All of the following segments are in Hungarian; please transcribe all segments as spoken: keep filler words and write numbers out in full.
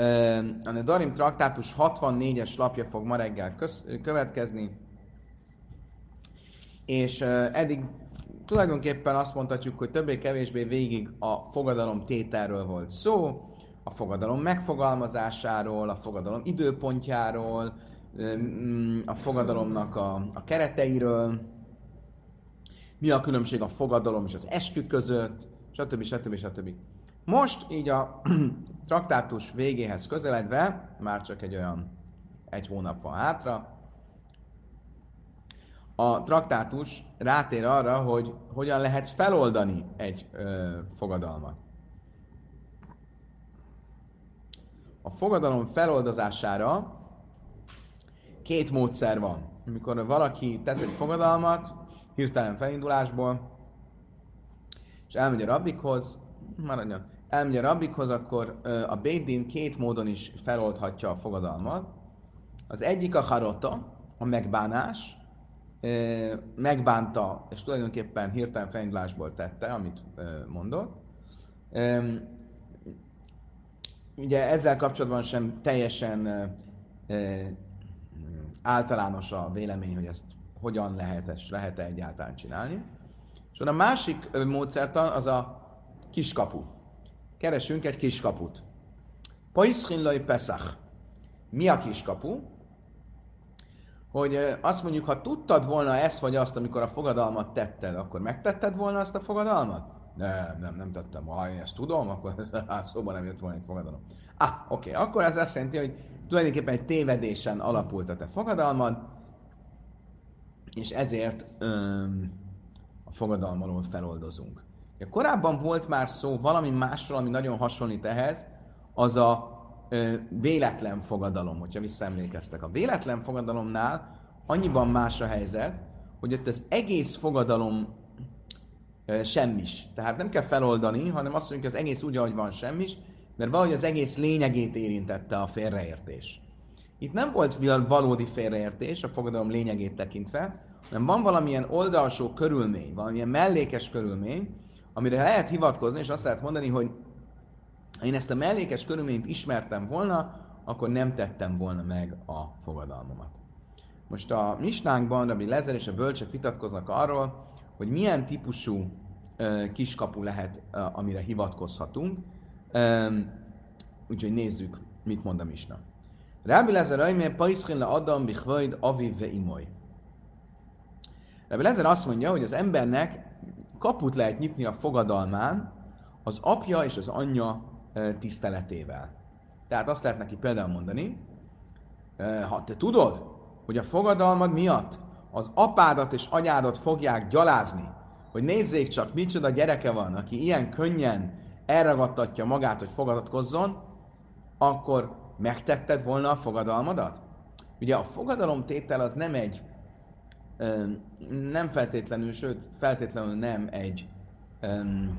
A Nedarim traktátus hatvannégyes lapja fog ma reggel köz, következni, és eddig tulajdonképpen azt mondhatjuk, hogy többé-kevésbé végig a fogadalom tételről volt szó, a fogadalom megfogalmazásáról, a fogadalom időpontjáról, a fogadalomnak a, a kereteiről, mi a különbség a fogadalom és az eskü között, stb. stb. stb. Most így a traktátus végéhez közeledve, már csak egy olyan egy hónap van hátra, a traktátus rátér arra, hogy hogyan lehet feloldani egy ö, fogadalmat. A fogadalom feloldozására két módszer van. Amikor valaki tesz egy fogadalmat, hirtelen felindulásból, és elmegy a rabbikhoz, maradjon, elmegy a rabbikhoz, akkor ö, a Beit Din két módon is feloldhatja a fogadalmat. Az egyik a harota, a megbánás, ö, megbánta, és tulajdonképpen hirtelen felindulásból tette, amit ö, mondott. Ö, ugye ezzel kapcsolatban sem teljesen ö, ö, általános a vélemény, hogy ezt hogyan lehet, lehet-e egyáltalán csinálni. És a másik módszertan az a kiskapu. Keresünk egy kiskaput. Paiszchinlai Pesach. Mi a kiskapu? Hogy azt mondjuk, ha tudtad volna ezt vagy azt, amikor a fogadalmat tetted, akkor megtetted volna azt a fogadalmat? Nem, nem, nem tettem. Ha én ezt tudom, akkor szóba nem jött volna egy fogadalom. Ah, oké, okay. Akkor ez azt jelenti, hogy tulajdonképpen egy tévedésen alapult a te fogadalmad, és ezért öm, a fogadalmalól feloldozunk. Ja, korábban volt már szó valami másról, ami nagyon hasonlít ehhez, az a ö, véletlen fogadalom, hogyha visszaemlékeztek. A véletlen fogadalomnál annyiban más a helyzet, hogy ott az egész fogadalom ö, semmis. Tehát nem kell feloldani, hanem azt mondjuk, hogy az egész úgy, ahogy van, semmis, mert valahogy az egész lényegét érintette a félreértés. Itt nem volt valódi félreértés a fogadalom lényegét tekintve, hanem van valamilyen oldalsó körülmény, valamilyen mellékes körülmény, amire lehet hivatkozni, és azt lehet mondani, hogy ha én ezt a mellékes körülményt ismertem volna, akkor nem tettem volna meg a fogadalmamat. Most a misnánkban Rabbi Lezer és a bölcsek vitatkoznak arról, hogy milyen típusú uh, kiskapu lehet, uh, amire hivatkozhatunk. Um, úgyhogy nézzük, mit mond a misna. Rabbi Lezer ajmé paiszkin le adam bichvaid aviv ve imoly. Rabbi Lezer azt mondja, hogy az embernek kaput lehet nyitni a fogadalmán az apja és az anyja tiszteletével. Tehát azt lehet neki például mondani, ha te tudod, hogy a fogadalmad miatt az apádat és anyádat fogják gyalázni, hogy nézzék csak, micsoda gyereke van, aki ilyen könnyen elragadtatja magát, hogy fogadatkozzon, akkor megtetted volna a fogadalmadat? Ugye a fogadalomtétel az nem egy, nem feltétlenül, sőt, feltétlenül nem egy um,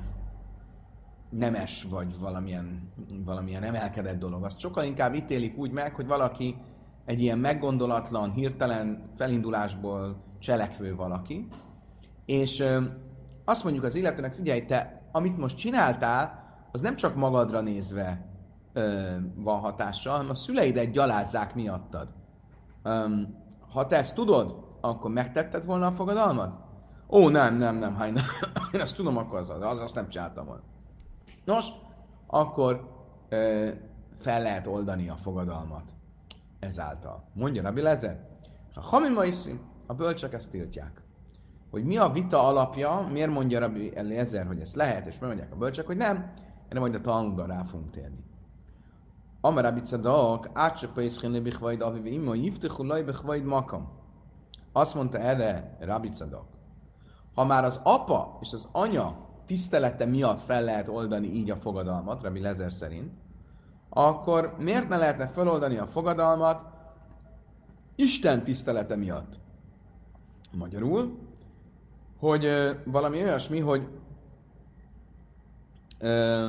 nemes vagy valamilyen, valamilyen emelkedett dolog. Azt sokkal inkább ítélik úgy meg, hogy valaki egy ilyen meggondolatlan, hirtelen felindulásból cselekvő valaki, és um, azt mondjuk az illetőnek, figyelj, te, amit most csináltál, az nem csak magadra nézve uh, van hatással, hanem a szüleidet gyalázzák miattad. Um, ha te ezt tudod, akkor megtetted volna a fogadalmat? Ó, nem, nem, nem, ha én, én ezt tudom, akkor az, az azt nem csináltam volna. Nos, akkor ö, fel lehet oldani a fogadalmat ezáltal. Mondja Rabbi Lezer. Ha hamima iszi, a bölcsek ezt tiltják. Hogy mi a vita alapja, miért mondja Rabbi Lezer, hogy ezt lehet, és miért mondják a bölcsek, hogy nem, erre majd a Talmudban rá fogunk térni. Amar Rabbi Tzadok, átsepa iszkin le bichvaid aviv imma, jiftichu laj bichvaid makam. Azt mondta erre Rabbi Tzadok. Ha már az apa és az anya tisztelete miatt fel lehet oldani így a fogadalmat, Rabbi Lezer szerint, akkor miért ne lehetne feloldani a fogadalmat Isten tisztelete miatt? Magyarul, hogy ö, valami olyasmi, hogy ö,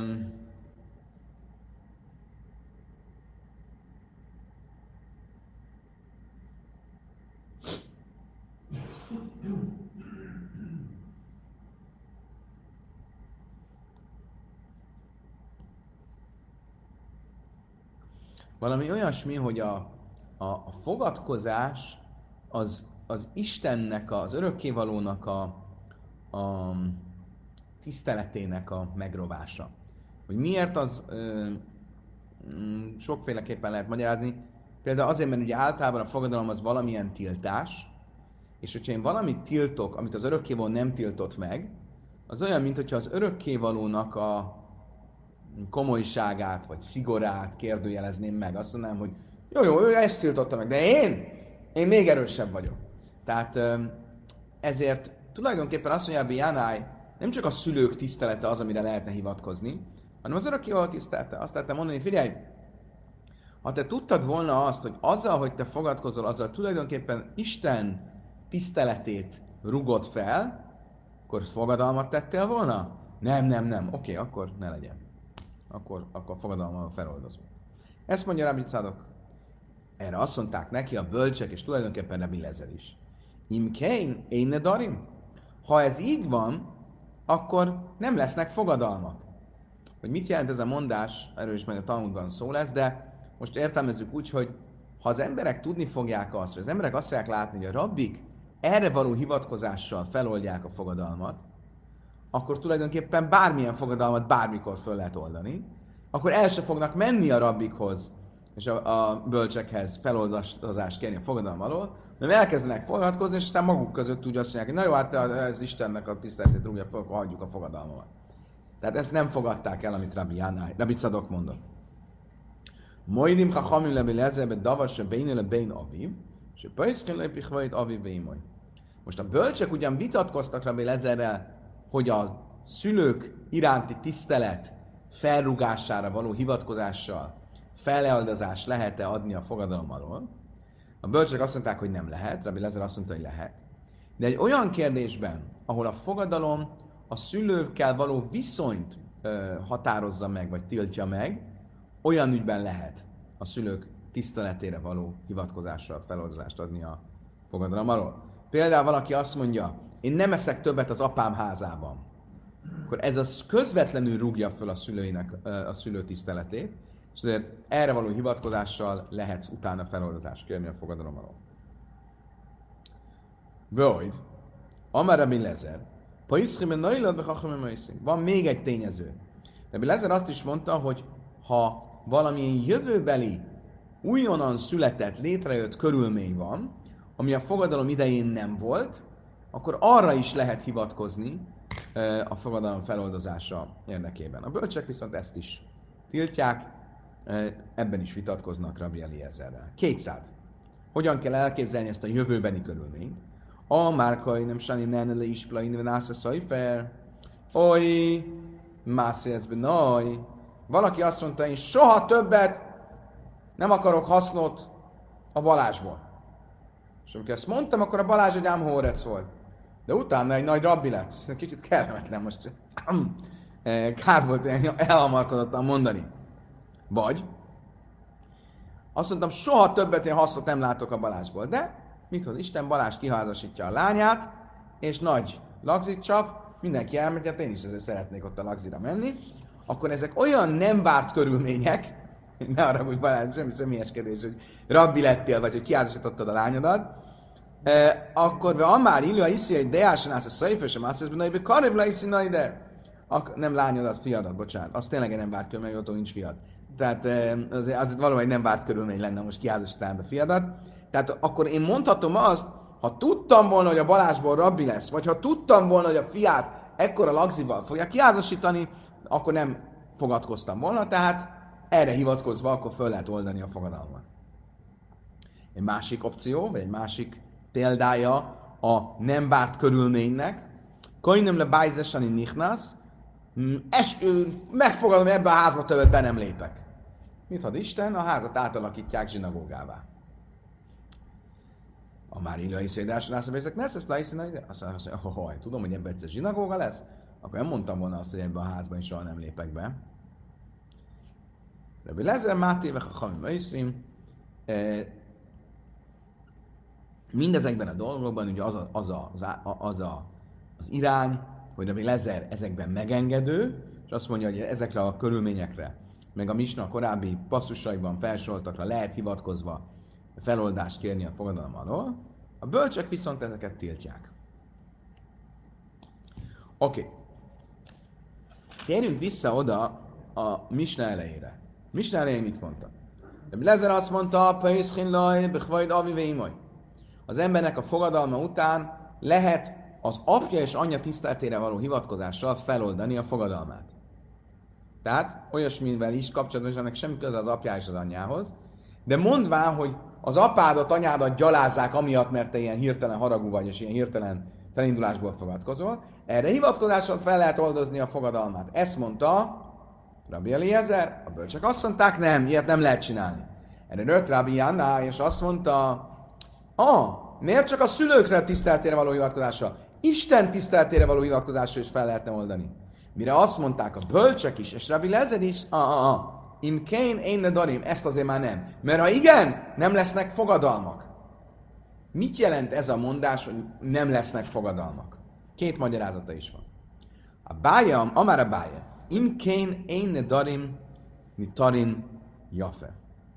valami olyasmi, hogy a, a, a fogadkozás az, az Istennek, az örökkévalónak a, a tiszteletének a megrovása. Hogy miért, az ö, mm, sokféleképpen lehet magyarázni. Például azért, mert ugye általában a fogadalom az valamilyen tiltás, és hogyha én valamit tiltok, amit az örökkévaló nem tiltott meg, az olyan, mintha az örökkévalónak a komolyságát, vagy szigorát kérdőjelezném meg. Azt mondanám, hogy jó, jó, ő ezt tiltotta meg, de én, én még erősebb vagyok. Tehát ezért tulajdonképpen azt mondja, hogy Jánáj, nem csak a szülők tisztelete az, amire lehetne hivatkozni, hanem az örökkévaló tisztelete. Azt lehetne mondani, figyelj, ha te tudtad volna azt, hogy azzal, hogy te fogadkozol, azzal tulajdonképpen Isten tiszteletét rugod fel, akkor fogadalmat tettél volna? Nem, nem, nem. Oké, okay, akkor ne legyen. Akkor, akkor fogadalmat feloldozunk. Ezt mondja Rabbi Tzadok. Erre azt mondták neki a bölcsek, és tulajdonképpen Rabbi Lezer is. Imkein, én ne darim? Ha ez így van, akkor nem lesznek fogadalmak. Hogy mit jelent ez a mondás, erről is majd a Talmudban szó lesz, de most értelmezzük úgy, hogy ha az emberek tudni fogják azt, vagy az emberek azt fogják látni, hogy a rabbik erre való hivatkozással feloldják a fogadalmat, akkor tulajdonképpen bármilyen fogadalmat bármikor föl lehet oldani, akkor el se fognak menni a rabbikhoz és a, a bölcsekhez feloldozást kérni a fogadalom alól, mert elkezdenek fogadkozni, és aztán maguk között úgy azt mondják, hogy na jó, hát ez Istennek a tiszteletét rúgja fel, akkor hagyjuk a fogadalmat. Tehát ezt nem fogadták el, amit Rabbi Jánáj, Rabbi Tzadok mondott. Moidim chachamim Rabbi Lezer davar se bénele bén aviv, se paiszken lepichvait aviv vémoly. Most a bölcsek ugyan vitatkoztak Rabbi Lezerrel, hogy a szülők iránti tisztelet felrugására való hivatkozással feleoldozást lehet-e adni a fogadalom alól. A bölcsek azt mondták, hogy nem lehet, Rabbi Lezer azt mondta, hogy lehet. De egy olyan kérdésben, ahol a fogadalom a szülőkkel való viszonyt ö, határozza meg, vagy tiltja meg, olyan ügyben lehet a szülők tiszteletére való hivatkozással feloldozást adni a fogadalom alól. Például valaki azt mondja, én nem eszek többet az apám házában, akkor ez az közvetlenül rúgja föl a szülőinek a szülő tiszteletét, és ezért erre való hivatkozással lehetsz utána feloldozást kérni a fogadalom alól. Vöjd, Amar Rabbi Lezer, van még egy tényező. Rabbi Lezer azt is mondta, hogy ha valamilyen jövőbeli, újonnan született, létrejött körülmény van, ami a fogadalom idején nem volt, akkor arra is lehet hivatkozni a fogadalom feloldozása érdekében. A bölcsek viszont ezt is tiltják, ebben is vitatkoznak Rabbi Eliezerrel. Kétszád. Hogyan kell elképzelni ezt a jövőbeni körülményt? A márkai nem sani nene le ispla indvenász a szajfer. Oly, mászélsz naj. Valaki azt mondta, én soha többet nem akarok hasznot a Balázsból. És amikor ezt mondtam, akkor a Balázs egy ámhórec volt. De utána egy nagy rabbi lett. Kicsit kellemetlen most. Kár volt elhamarkodottan mondani. Vagy azt mondtam, soha többet én hasznot nem látok a Balázsból. De mit hoz Isten? Balázs kiházasítja a lányát, és nagy lagzit csak, mindenki elmegy, hát én is ezért szeretnék ott a lagzira menni. Akkor ezek olyan nem várt körülmények, ne arra, hogy Balázs, semmi személyeskedés, hogy rabbi lettél, vagy hogy kiházasítottad a lányodat, eh, akkor ve amár illő iszi, hogy deásan állsz a szajfő sem állsz, hogy be karib le iszi naider. Nem lányodat, fiadat, bocsánat. Az tényleg nem várt körülmény, ott nincs fiad. Tehát eh, azért, azért valóban nem várt körülmény lenne, most kiházasítanám a fiadat. Tehát akkor én mondhatom azt, ha tudtam volna, hogy a Balázsból rabbi lesz, vagy ha tudtam volna, hogy a fiát ekkora lagzival fogja kiházasítani, akkor nem fogadkoztam volna, tehát erre hivatkozva akkor föl lehet oldani a fogadalmat. Egy másik opció, vagy egy másik példája a nem várt körülménynek, Koinem le bájzesani nichnász, megfogadom, hogy ebbe a házba többet be nem lépek. Mit had Isten? A házat átalakítják zsinagógává. A már illő iszédásra azt mondja, hogy ne szesz lajszina ide? Azt mondja, hogy tudom, hogy ebben egyszer zsinagóga lesz, akkor nem mondtam volna azt, hogy ebben a házban is soha nem lépek be. Rabbi Lezer, Máté, Chachamim, Vaiszrim, mindezekben a dolgokban ugye az a, az, a, az, a, az, a, az irány, hogy Rabbi Lezer ezekben megengedő, és azt mondja, hogy ezekre a körülményekre meg a Misna korábbi passzusaiban felsoroltakra lehet hivatkozva feloldást kérni a fogadalom alól, a bölcsek viszont ezeket tiltják. Oké. Okay. Térjünk vissza oda a Misna elejére. Misna elején mit mondta? Lezer azt mondta, az embernek a fogadalma után lehet az apja és anyja tiszteletére való hivatkozással feloldani a fogadalmát. Tehát olyasmivel is kapcsolatban, ennek semmi köze az apja és az anyjához, de mondván, hogy az apádat, anyádat gyalázzák amiatt, mert te ilyen hirtelen haragú vagy, és ilyen hirtelen felindulásból fogadkozol, erre hivatkozással fel lehet oldozni a fogadalmát. Ezt mondta Rabbi Eliezer, a bölcsek azt mondták, nem, ilyet nem lehet csinálni. Erre rögt Rabbi Janna, és azt mondta, ah, miért csak a szülőkre tiszteletére való hivatkozással? Isten tiszteletére való hivatkozással is fel lehetne oldani. Mire azt mondták a bölcsek is, és Rabbi Eliezer is, ah, ah, ah, im kén én ne darim, ezt azért már nem. Mert ha igen, nem lesznek fogadalmak. Mit jelent ez a mondás, hogy nem lesznek fogadalmak? Két magyarázata is van. A bája, amár a bája, im kén én ne darim, ni tarin jafe.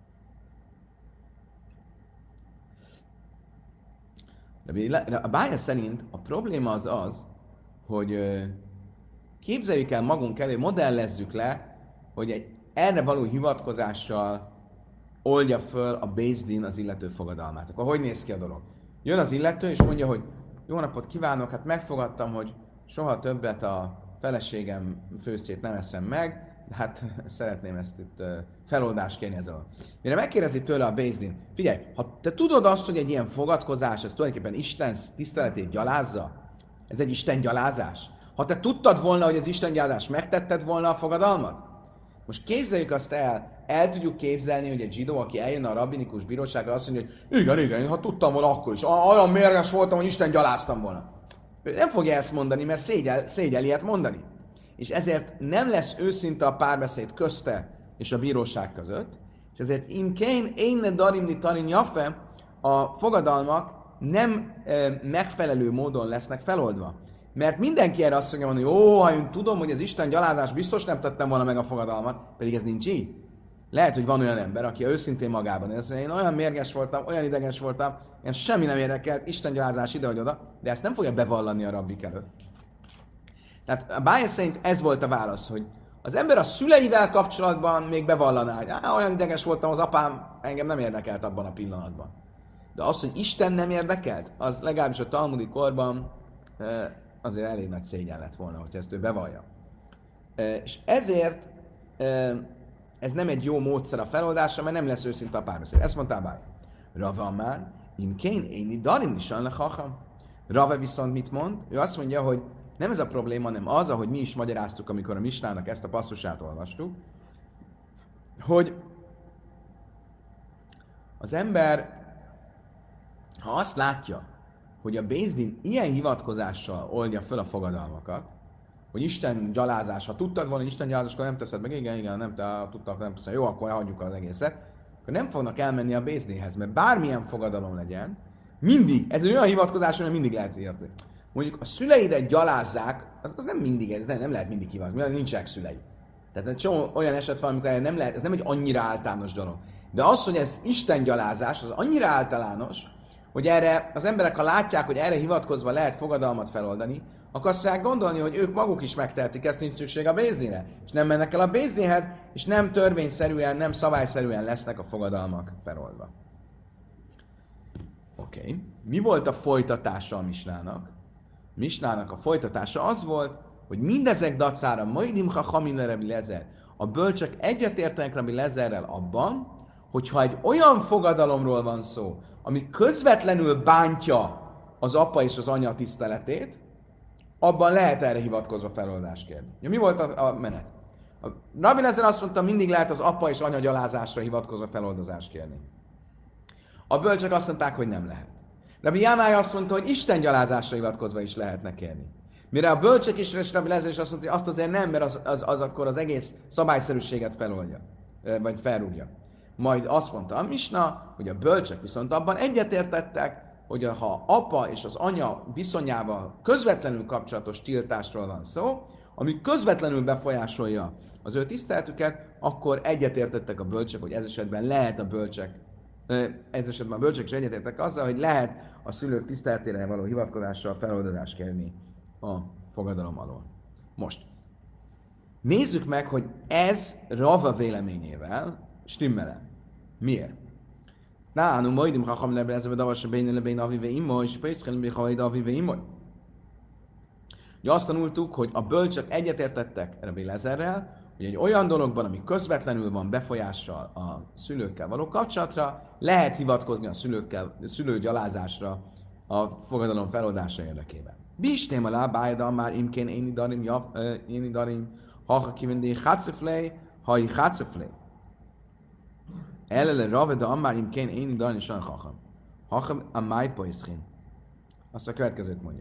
A bája szerint a probléma az az, hogy képzeljük el magunk elé, modellezzük le, hogy egy erre való hivatkozással oldja föl a Beis Din az illető fogadalmát. Akkor hogy néz ki a dolog? Jön az illető, és mondja, hogy jó napot kívánok, hát megfogadtam, hogy soha többet a feleségem főztjét nem eszem meg, de hát szeretném ezt itt feloldást kérni ezzel. Mire megkérdezi tőle a Beis Din, figyelj, ha te tudod azt, hogy egy ilyen fogadkozás, ez tulajdonképpen Isten tiszteletét gyalázza, ez egy Isten gyalázás. Ha te tudtad volna, hogy az Isten gyalázás, megtetted volna a fogadalmat? Most képzeljük azt el, el tudjuk képzelni, hogy egy zsidó, aki eljön a rabbinikus bíróságra, azt mondja, hogy igen, igen, ha tudtam volna akkor is, olyan mérges voltam, hogy Isten gyaláztam volna. Ő nem fogja ezt mondani, mert szégyel, szégyel ilyet mondani. És ezért nem lesz őszinte a párbeszéd közte és a bíróság között, és ezért imkén én ne darimni tarin jafe, a fogadalmak nem e, megfelelő módon lesznek feloldva. Mert mindenki erre azt fogja mondani, hogy ó, ha én tudom, hogy az Isten gyalázás biztos nem tettem volna meg a fogadalmat, pedig ez nincs így. Lehet, hogy van olyan ember, aki őszintén magában él, hogy én olyan mérges voltam, olyan ideges voltam, én semmi nem érdekelt, Isten gyalázás ide vagy oda, de ezt nem fogja bevallani a rabbik előtt. Tehát a Bája szerint ez volt a válasz, hogy az ember a szüleivel kapcsolatban még bevallaná, hogy á, olyan ideges voltam, az apám engem nem érdekelt abban a pillanatban. De az, hogy Isten nem érdekelt, az legalábbis a talmudi korban azért elég nagy szégyen lett volna, hogyha ezt ő bevallja. És ezért ez nem egy jó módszer a feloldásra, mert nem lesz őszinte a párbeszéd. Ezt mondta Bája. Rava már, imkén éni darim nisan lechacham. Rava viszont mit mond? Ő azt mondja, hogy nem ez a probléma, hanem az, ahogy mi is magyaráztuk, amikor a Misnának ezt a passzusát olvastuk, hogy az ember, ha azt látja, hogy a Beis Din ilyen hivatkozással oldja föl a fogadalmakat, hogy Isten gyalázás, ha tudtad volna, hogy Isten gyalázás, akkor nem teszed meg, igen, igen, nem, te tudtad, nem teszed, jó, akkor hagyjuk az egészet, akkor nem fognak elmenni a Beis Dinhez, mert bármilyen fogadalom legyen, mindig, ez egy olyan hivatkozás, hogy mindig lehet hivatkozni. Mondjuk a szüleidet gyalázzák, az, az nem mindig, ez nem, nem lehet mindig hivatkozni, mert nincsenek szülei. Tehát egy csomó olyan eset van, amikor nem lehet, ez nem egy annyira általános dolog. De az, hogy ez Isten gyalázás, az annyira általános, hogy erre az emberek, ha látják, hogy erre hivatkozva lehet fogadalmat feloldani, akkor azt fogják gondolni, hogy ők maguk is megtehetik, ezt nincs szükség a Beis Dinre. És nem mennek el a Beis Dinhez, és nem törvényszerűen, nem szabályszerűen lesznek a fogadalmak feloldva. Oké. Okay. Mi volt a folytatása a Misnának? Misnának a folytatása az volt, hogy mindezek dacára majdim chachamim le Rabbi Lezer, a bölcsek egyetértenek Rabbi Lezerrel abban, hogyha egy olyan fogadalomról van szó, ami közvetlenül bántja az apa és az anya tiszteletét, abban lehet erre hivatkozva feloldást kérni. Ja, mi volt a, a menet? A Rabbi Lezer azt mondta, mindig lehet az apa és anya gyalázásra hivatkozva feloldozást kérni. A bölcsek azt mondták, hogy nem lehet. Rabbi Jánája azt mondta, hogy Isten gyalázásra hivatkozva is lehetne kérni. Mire a bölcsek is, és Rabbi Lezer is azt mondta, hogy azt azért nem, mert az, az, az akkor az egész szabályszerűséget feloldja, vagy felrúgja. Majd azt mondta a Misna, hogy a bölcsek viszont abban egyetértettek, hogy ha apa és az anya viszonyával közvetlenül kapcsolatos tiltásról van szó, ami közvetlenül befolyásolja az ő tiszteletüket, akkor egyetértettek a bölcsek, hogy ez esetben lehet a bölcsek, ez esetben a bölcsek is egyetértettek azzal, hogy lehet a szülők tiszteletére való hivatkozással feloldozást kérni a fogadalom alól. Most, nézzük meg, hogy ez Rava véleményével stimmel-e. Miért? Nánu majdim hacham lebbe ezzel a davasa bénne lebén avi ve imma, és pészkel be hajda avi ve imma. Ugye azt tanultuk, hogy a bölcsök egyetértettek Rabbi Lezerrel, hogy egy olyan dologban, ami közvetlenül van befolyással a szülőkkel való kapcsolatra, lehet hivatkozni a szülőkkel, szülő gyalázásra a fogadalom feloldása érdekében. Bisném alá bájda már imkén éni darim, jav, éni darim, ha kivendé hátseflej, ha i hátseflej. Elele raveda ammár imkén éni darim, sajn hacham. Hacham a májpoiszkin. Azt a következőt mondja.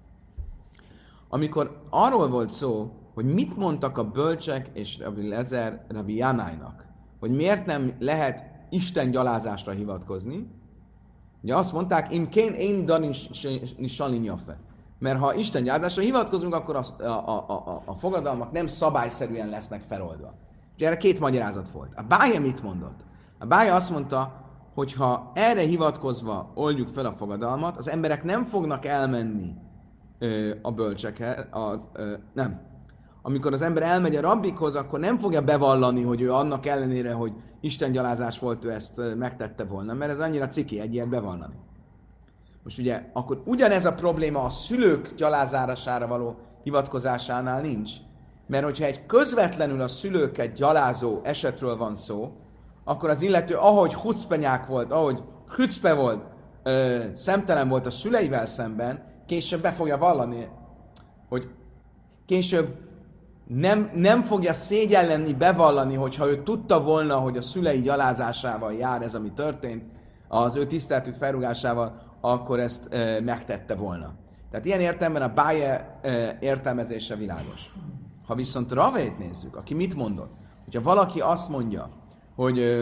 Amikor arról volt szó, hogy mit mondtak a bölcsek és Rabbi Lezer Rabbi Jánájnak, hogy miért nem lehet Isten gyalázásra hivatkozni, ugye azt mondták, im kén éni darin salin jaffe. Mert ha Isten gyalázásra hivatkozunk, akkor a, a, a, a, a fogadalmak nem szabályszerűen lesznek feloldva. És erre két magyarázat volt. A Bája mit mondott? A Bája azt mondta, hogy ha erre hivatkozva oldjuk fel a fogadalmat, az emberek nem fognak elmenni ö, a bölcsekhez, a, ö, nem. Amikor az ember elmegy a rabbikhoz, akkor nem fogja bevallani, hogy ő annak ellenére, hogy istengyalázás volt, ő ezt megtette volna, mert ez annyira ciki egy ilyet bevallani. Most ugye, akkor ugyanez a probléma a szülők gyalázására való hivatkozásánál nincs. Mert hogyha egy közvetlenül a szülőket gyalázó esetről van szó, akkor az illető, ahogy hucpenyák volt, ahogy hücpe volt, ö, szemtelen volt a szüleivel szemben, később be fogja vallani, hogy később nem, nem fogja szégyellenni bevallani, hogyha ő tudta volna, hogy a szülei gyalázásával jár ez, ami történt, az ő tiszteletük felrúgásával, akkor ezt e, megtette volna. Tehát ilyen értelemben a Báje e, értelmezése világos. Ha viszont Ravét nézzük, aki mit mondott? Hogyha valaki azt mondja, hogy e,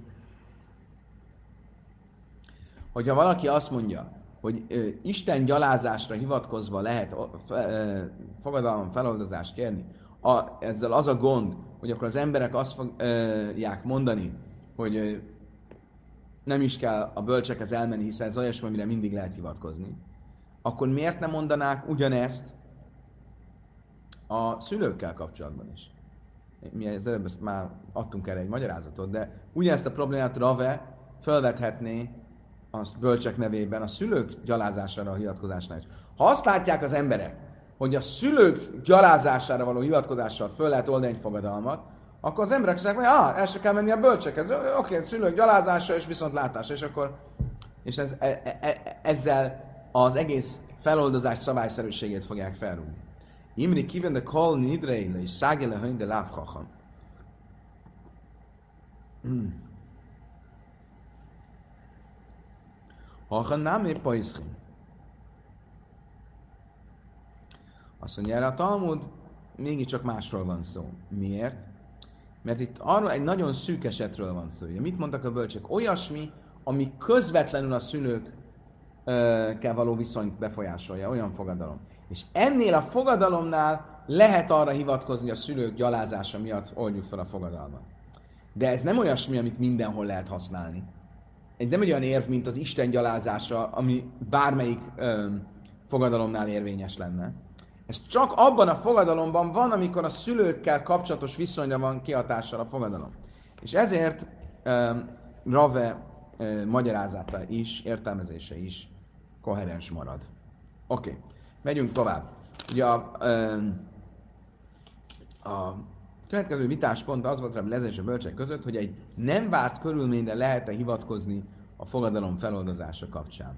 hogyha valaki azt mondja, hogy e, Isten gyalázásra hivatkozva lehet e, fogadalom feloldozást kérni, a, ezzel az a gond, hogy akkor az emberek azt fogják mondani, hogy e, nem is kell a bölcsekhez elmenni, hiszen ez olyasmi, amire mindig lehet hivatkozni, akkor miért nem mondanák ugyanezt a szülőkkel kapcsolatban is? Mi az előbb ezt már adtunk erre egy magyarázatot, de ugyanezt a problémát Rave felvethetné a bölcsek nevében a szülők gyalázására a hivatkozásnál is. Ha azt látják az emberek, hogy a szülők gyalázására való hivatkozással föl lehet oldani egy fogadalmat, akkor az emberek azt mondják, hogy ah, el se kell menni a bölcsekhez. Oké, okay, szülők gyalázása és viszont látása, és akkor és ez, e, e, ezzel az egész feloldozás szabályszerűségét fogják felrúgni. Imri kiven de kol nidreile és szágele höny de lávhacham. Hachan námé paiszkin. Azt mondja, erre a Talmud mégiscsak másról van szó. Miért? Mert itt arról egy nagyon szűk esetről van szó. Ugye, mit mondtak a bölcsek? Olyasmi, ami közvetlenül a szülőkkel való viszonyt befolyásolja, olyan fogadalom. És ennél a fogadalomnál lehet arra hivatkozni, hogy a szülők gyalázása miatt oldjuk fel a fogadalmat. De ez nem olyasmi, amit mindenhol lehet használni. Ez nem egy olyan érv, mint az Isten gyalázása, ami bármelyik ö, fogadalomnál érvényes lenne. Ez csak abban a fogadalomban van, amikor a szülőkkel kapcsolatos viszonyra van kihatással a fogadalom. És ezért uh, Rave uh, magyarázata is, értelmezése is koherens marad. Oké, okay. Megyünk tovább. Ugye a, uh, a következő vitáspont az volt Rabbi Lezer és a bölcsek között, hogy egy nem várt körülményre lehet-e hivatkozni a fogadalom feloldozása kapcsán.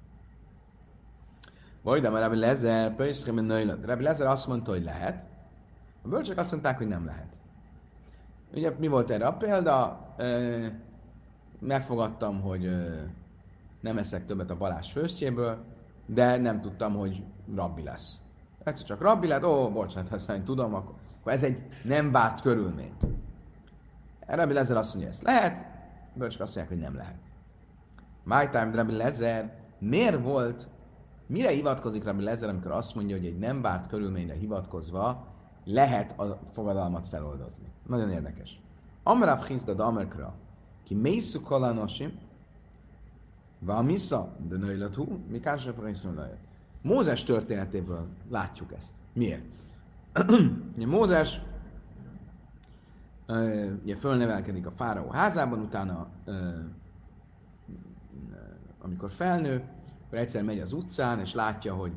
Vagy de Rabbi Lezer, Pöjszkemen Nöjlöd. Rabbi Lezer azt mondta, hogy lehet. A bölcsök azt mondták, hogy nem lehet. Ugye mi volt erre a példa? Megfogadtam, hogy nem eszek többet a Balázs főztjéből, de nem tudtam, hogy rabbi lesz. Egyszer csak rabbi lett, ó, bocsánat, ha ezt tudom, akkor ez egy nem várt körülmény. Rabbi Lezer azt mondja, ezt lehet, a bölcsök azt mondják, hogy nem lehet. My time, Rabbi Lezer, miért volt, mire hivatkozik Rabbi Lezer, amikor azt mondja, hogy egy nem várt körülményre hivatkozva lehet a fogadalmat feloldozni? Nagyon érdekes. Amrav Chizdad Amerkra, ki mészü kalanosim, Vamisza, de nőiletú, mi kársabb részről. Mózes történetéből látjuk ezt. Miért? Ugye Mózes ugye fölnevelkedik a fáraó házában, utána amikor felnő, akkor egyszer megy az utcán, és látja, hogy,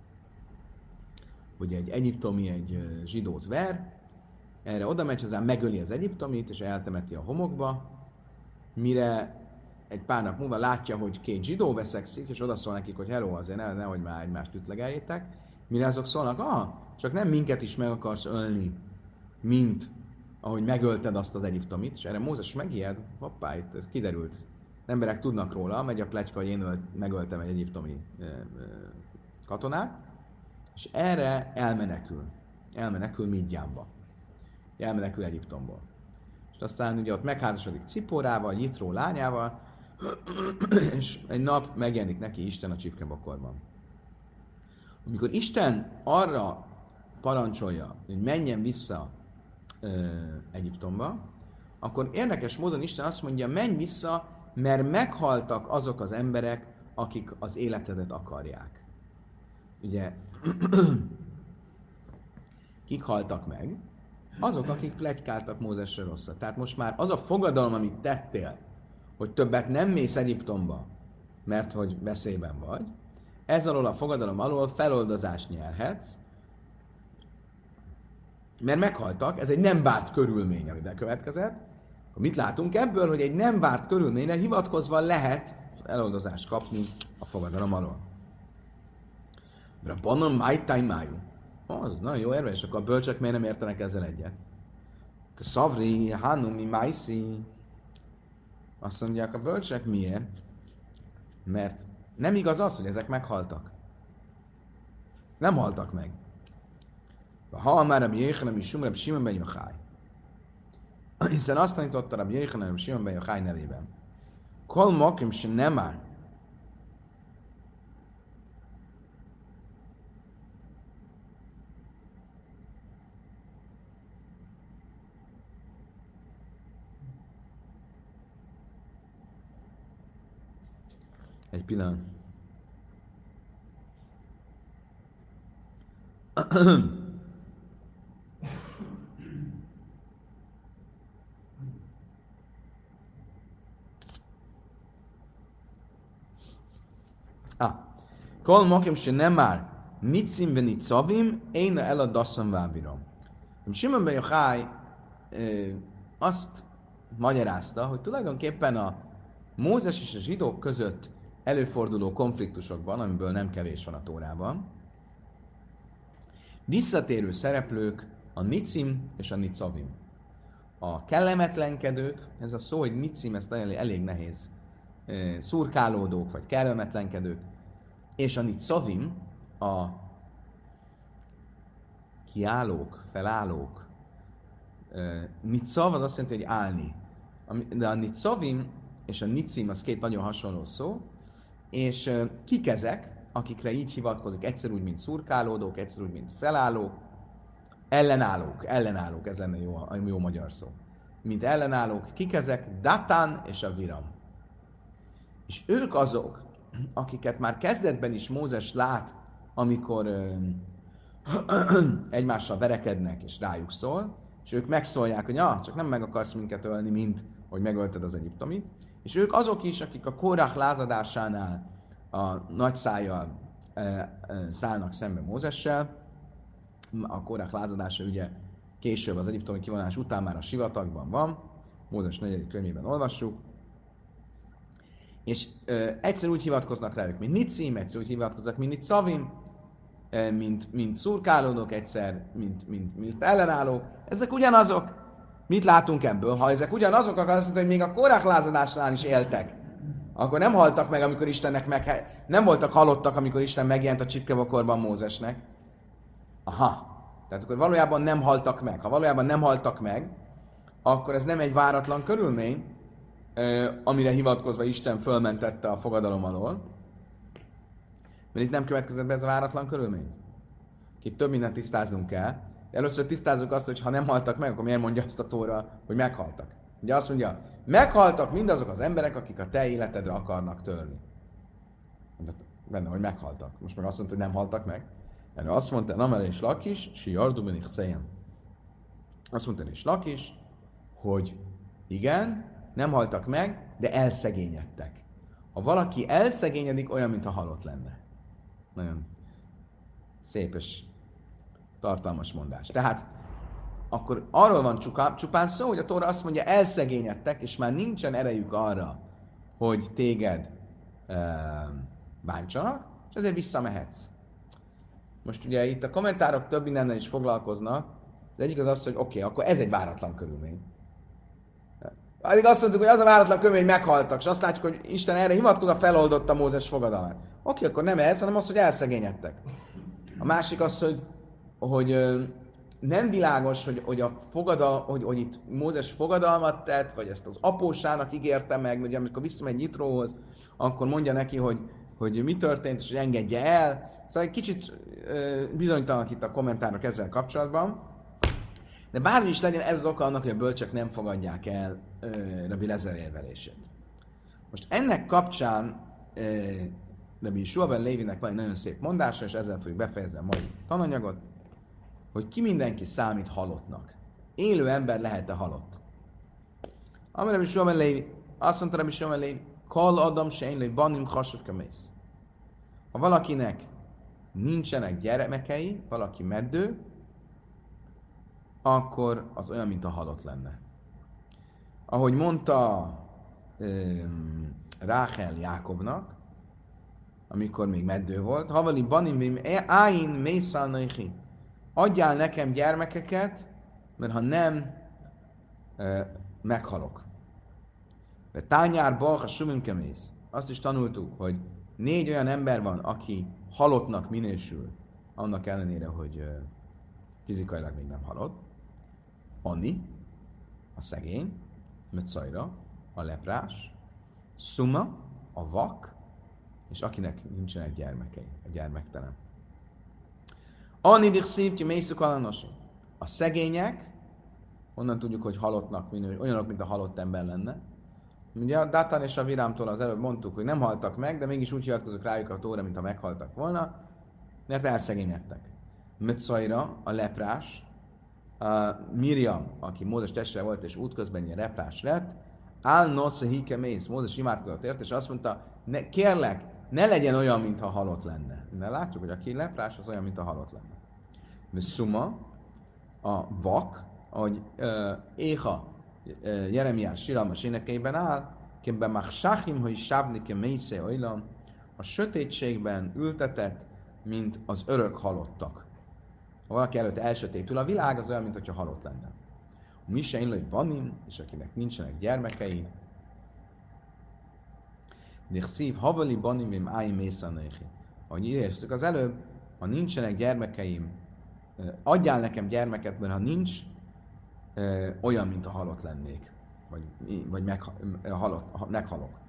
hogy egy egyiptomi egy zsidót ver, erre oda megy hozzá, megöli az egyiptomit, és eltemeti a homokba, mire egy pár nap múlva látja, hogy két zsidó veszekszik, és odaszól nekik, hogy hello, azért ne, nehogy már egymást ütlegeljétek, mire azok szólnak, ah, csak nem minket is meg akarsz ölni, mint ahogy megölted azt az egyiptomit, és erre Mózes megijed, hoppá, itt ez kiderült. Az emberek tudnak róla, megy a pletyka, hogy én ölt, megöltem egy egyiptomi ö, ö, katonát, és erre elmenekül. Elmenekül Midjánba. Elmenekül Egyiptomból. És aztán ugye ott megházasodik Cipórával, Jitró lányával, és egy nap megjelenik neki Isten a csipkebokorban. Amikor Isten arra parancsolja, hogy menjen vissza ö, Egyiptomba, akkor érdekes módon Isten azt mondja, menj vissza, mert meghaltak azok az emberek, akik az életedet akarják. Ugye, kik haltak meg? Azok, akik pletykáltak Mózesre rosszat. Tehát most már az a fogadalom, amit tettél, hogy többet nem mész Egyiptomba, mert hogy veszélyben vagy, ez alól a fogadalom alól feloldozást nyerhetsz, mert meghaltak, ez egy nem várt körülmény, ami bekövetkezett. Akkor mit látunk ebből, hogy egy nem várt körülményre hivatkozva lehet feloldozást kapni a fogadalom alól. De a banon májtáj májú. Az nagyon jó érve, és akkor a bölcsek miért nem értenek ezzel egyet? Szavri, hanumi, májszi. Azt mondják a bölcsek miért? Mert nem igaz az, hogy ezek meghaltak. Nem haltak meg. Ha már Rabbi Jéhanan is Rabbi Simon ben Yochai. Hiszen azt tanította Rabbi Jéhanan Rabbi Simon ben Yochai nevében. Kol makim se nem már. Egy pillanat. Ah. Kol mokim se nem már nicim ve nicavim, én el a dasszam vábírom. Simon ben Yochai azt magyarázta, hogy tulajdonképpen a Mózes és a zsidók között előforduló konfliktusokban, amiből nem kevés van a Tórában, visszatérő szereplők a nicim és a nicavim. A kellemetlenkedők, ez a szó, hogy nicim, ez elég nehéz, szurkálódók vagy kellemetlenkedők, és a nicavim, a kiállók, felállók. Nicav az azt jelenti, hogy állni. De a nicavim és a nicim az két nagyon hasonló szó, és kik ezek, akikre így hivatkozik, egyszer úgy, mint szurkálódók, egyszer úgy, mint felállók, ellenállók, ellenállók, ez lenne jó, a jó magyar szó. Mint ellenállók, kik ezek? Datán és a Viram. És ők azok, akiket már kezdetben is Mózes lát, amikor ö, egymással verekednek és rájuk szól, és ők megszólják, hogy ah, csak nem meg akarsz minket ölni, mint hogy megölted az egyiptomit. És ők azok is, akik a Kórach lázadásánál a nagy szájjal e, e, szállnak szembe Mózessel. A Kórach lázadása ugye később az egyiptomi kivonás után már a sivatagban van, Mózes negyedik könyvében olvassuk. És e, egyszer úgy hivatkoznak rájuk, mint nicim, egyszer úgy hivatkoznak, mint nicavim, e, mint, mint szurkálódók, egyszer, mint, mint, mint ellenállók. Ezek ugyanazok. Mit látunk ebből? Ha ezek ugyanazok, akkor azt mondja, hogy még a Kórach lázadásnál is éltek. Akkor nem haltak meg, amikor Istennek meg... Nem voltak halottak, amikor Isten megjelent a csipkebokorban Mózesnek. Aha. Tehát akkor valójában nem haltak meg. Ha valójában nem haltak meg, akkor ez nem egy váratlan körülmény, amire hivatkozva Isten fölmentette a fogadalom alól. Mert itt nem következett be ez a váratlan körülmény. Itt több mindent tisztáznunk kell. Először tisztázzuk azt, hogy ha nem haltak meg, akkor miért mondja azt a Tóra, hogy meghaltak. Ugye azt mondja, meghaltak mindazok az emberek, akik a te életedre akarnak törni. Benne, hogy meghaltak. Most meg azt mondta, hogy nem haltak meg. Mert azt mondta, Namel és Lakis, si jardu ich szejem. Azt mondta, és Lakis, hogy igen, nem haltak meg, de elszegényedtek. Ha valaki elszegényedik, olyan, mintha halott lenne. Nagyon szép és tartalmas mondás. Tehát akkor arról van csupán szó, hogy a Tóra azt mondja, elszegényedtek, és már nincsen erejük arra, hogy téged e, bántsanak, és ezért visszamehetsz. Most ugye itt a kommentárok több mindennel is foglalkoznak, az egyik az az, hogy oké, okay, akkor ez egy váratlan körülmény. Addig azt mondtuk, hogy az a váratlan körülmény, hogy meghaltak, és azt látjuk, hogy Isten erre hivatkozva feloldotta Mózes fogadalmát. Oké, okay, akkor nem ez, hanem az, hogy elszegényedtek. A másik az, hogy, hogy ö, nem világos, hogy, hogy, a fogadal, hogy, hogy itt Mózes fogadalmat tett, vagy ezt az apósának ígérte meg, hogy amikor visszamegy Jitróhoz, akkor mondja neki, hogy, hogy mi történt, és hogy engedje el. Szóval egy kicsit ö, bizonytalanak itt a kommentárok ezzel kapcsolatban. De bármi is legyen, ez az oka annak, hogy a bölcsek nem fogadják el uh, Rabbi Lezer érvelését. Most ennek kapcsán uh, Rabbi Yeshua ben Lévinek van egy nagyon szép mondása, és ezzel fogjuk befejezni a mai tananyagot, hogy ki mindenki számít halottnak. Élő ember lehet-e halott? Ami Rabbi Yeshua ben Lévi, azt mondta Rabbi Yeshua ben Lévi, Kal Adam Sein Lei Banim Chashuv Kamész. Ha valakinek nincsenek gyermekei, valaki meddő, akkor az olyan, mint a halott lenne. Ahogy mondta um, Ráhel Jákobnak, amikor még meddő volt, Havali banim áin mészálnaihi, adjál nekem gyermekeket, mert ha nem, uh, meghalok. De tányár balha sumim kemész. Azt is tanultuk, hogy négy olyan ember van, aki halottnak minősül, annak ellenére, hogy uh, fizikailag még nem halott. Ani, a szegény, Möcajra, a leprás, Szuma, a vak, és akinek nincsenek gyermekei, a gyermektelen. Ani dich szívki mészük alanosok. A szegények, onnan tudjuk, hogy halottnak minősül, olyanok, mint a halott ember lenne. Ugye a Dátán és a Virámtól az előbb mondtuk, hogy nem haltak meg, de mégis úgy hivatkozok rájuk a Tóra, mintha meghaltak volna, mert elszegényedtek. Möcajra, a leprás, Uh, Miriam, aki Mózes testvére volt, és útközben ilyen leprás lett, áll nosze hike mész, Mózes imádkozott ért, és azt mondta, ne, kérlek, ne legyen olyan, mintha halott lenne. Mert látjuk, hogy aki leprás, az olyan, mintha halott lenne. De Szuma, a vak, ahogy uh, Éha, uh, Jeremiás siralmas énekeiben áll, kemben machsachim, hogy sábnike mésze ojlan, a sötétségben ültetett, mint az örök halottak. Ha valaki előtt elsötétül a világ, az olyan, mintha halott lenne. Mi se illő banim, és akinek nincsenek gyermekei, de szív havali banim, vim áim mészanaihi. Ahogy írjuk az előbb, ha nincsenek gyermekeim, adjál nekem gyermeket, mert ha nincs, olyan, mint a halott lennék. Vagy, vagy meghalott, meghalok.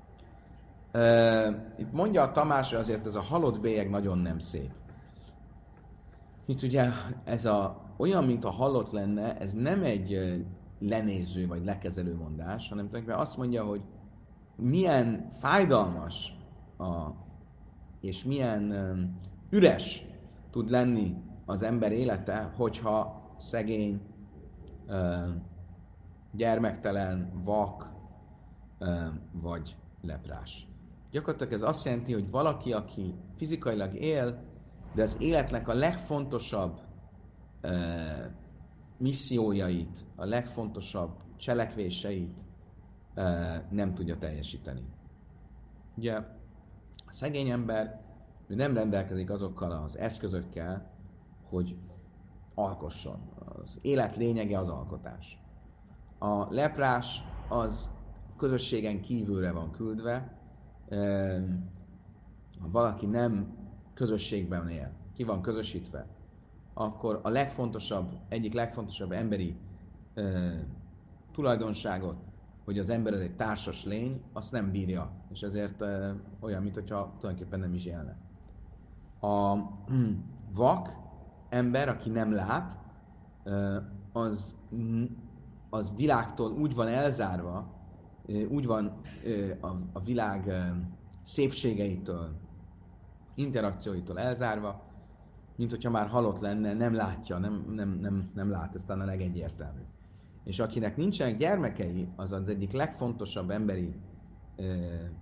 Itt mondja a Tamás, hogy azért ez a halott bélyeg nagyon nem szép. Itt ugye ez a, olyan, mint a halott lenne, ez nem egy lenéző vagy lekezelő mondás, hanem tulajdonképpen azt mondja, hogy milyen fájdalmas a, és milyen um, üres tud lenni az ember élete, hogyha szegény, uh, gyermektelen, vak uh, vagy leprás. Gyakorlatilag ez azt jelenti, hogy valaki, aki fizikailag él, de az életnek a legfontosabb uh, missziójait, a legfontosabb cselekvéseit uh, nem tudja teljesíteni. Ugye a szegény ember ő nem rendelkezik azokkal az eszközökkel, hogy alkosson. Az élet lényege az alkotás. A leprás az közösségen kívülre van küldve, uh, ha valaki nem közösségben él, ki van közösítve, akkor a legfontosabb, egyik legfontosabb emberi ö, tulajdonságot, hogy az ember az egy társas lény, azt nem bírja, és ezért ö, olyan, mintha tulajdonképpen nem is élne. A vak ember, aki nem lát, az, az világtól úgy van elzárva, úgy van a, a világ szépségeitől, interakcióitól elzárva, mint hogyha már halott lenne, nem látja, nem, nem, nem, nem lát, ez talán a legegyértelmű. És akinek nincsenek gyermekei, az az egyik legfontosabb emberi eh,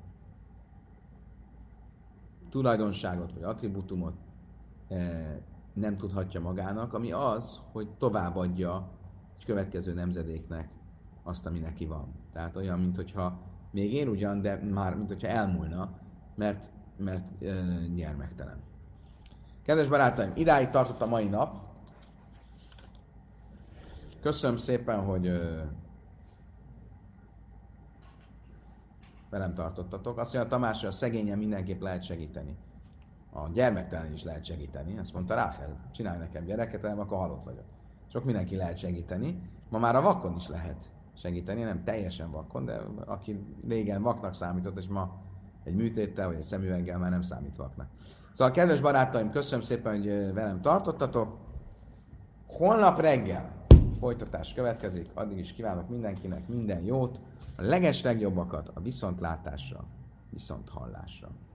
tulajdonságot vagy attribútumot eh, nem tudhatja magának, ami az, hogy továbbadja egy következő nemzedéknek azt, ami neki van. Tehát olyan, mintha még él ugyan, de már mintha elmúlna, mert, mert eh, gyermektelen. Kedves barátaim, idáig tartott a mai nap. Köszönöm szépen, hogy ö, velem tartottatok. Azt mondja Tamás, hogy a szegényen mindenképp lehet segíteni. A gyermektelen is lehet segíteni. Azt mondta Ráfel, csinálj nekem gyereket, nem, akkor halott vagyok. Sok mindenki lehet segíteni. Ma már a vakon is lehet segíteni, nem teljesen vakon, de aki régen vaknak számított, és ma egy műtéttel vagy egy szemüveggel már nem számít vaknak. Szóval, kedves barátaim, köszönöm szépen, hogy velem tartottatok. Holnap reggel folytatás következik, addig is kívánok mindenkinek minden jót, a leges legjobbakat a viszontlátásra, viszonthallásra.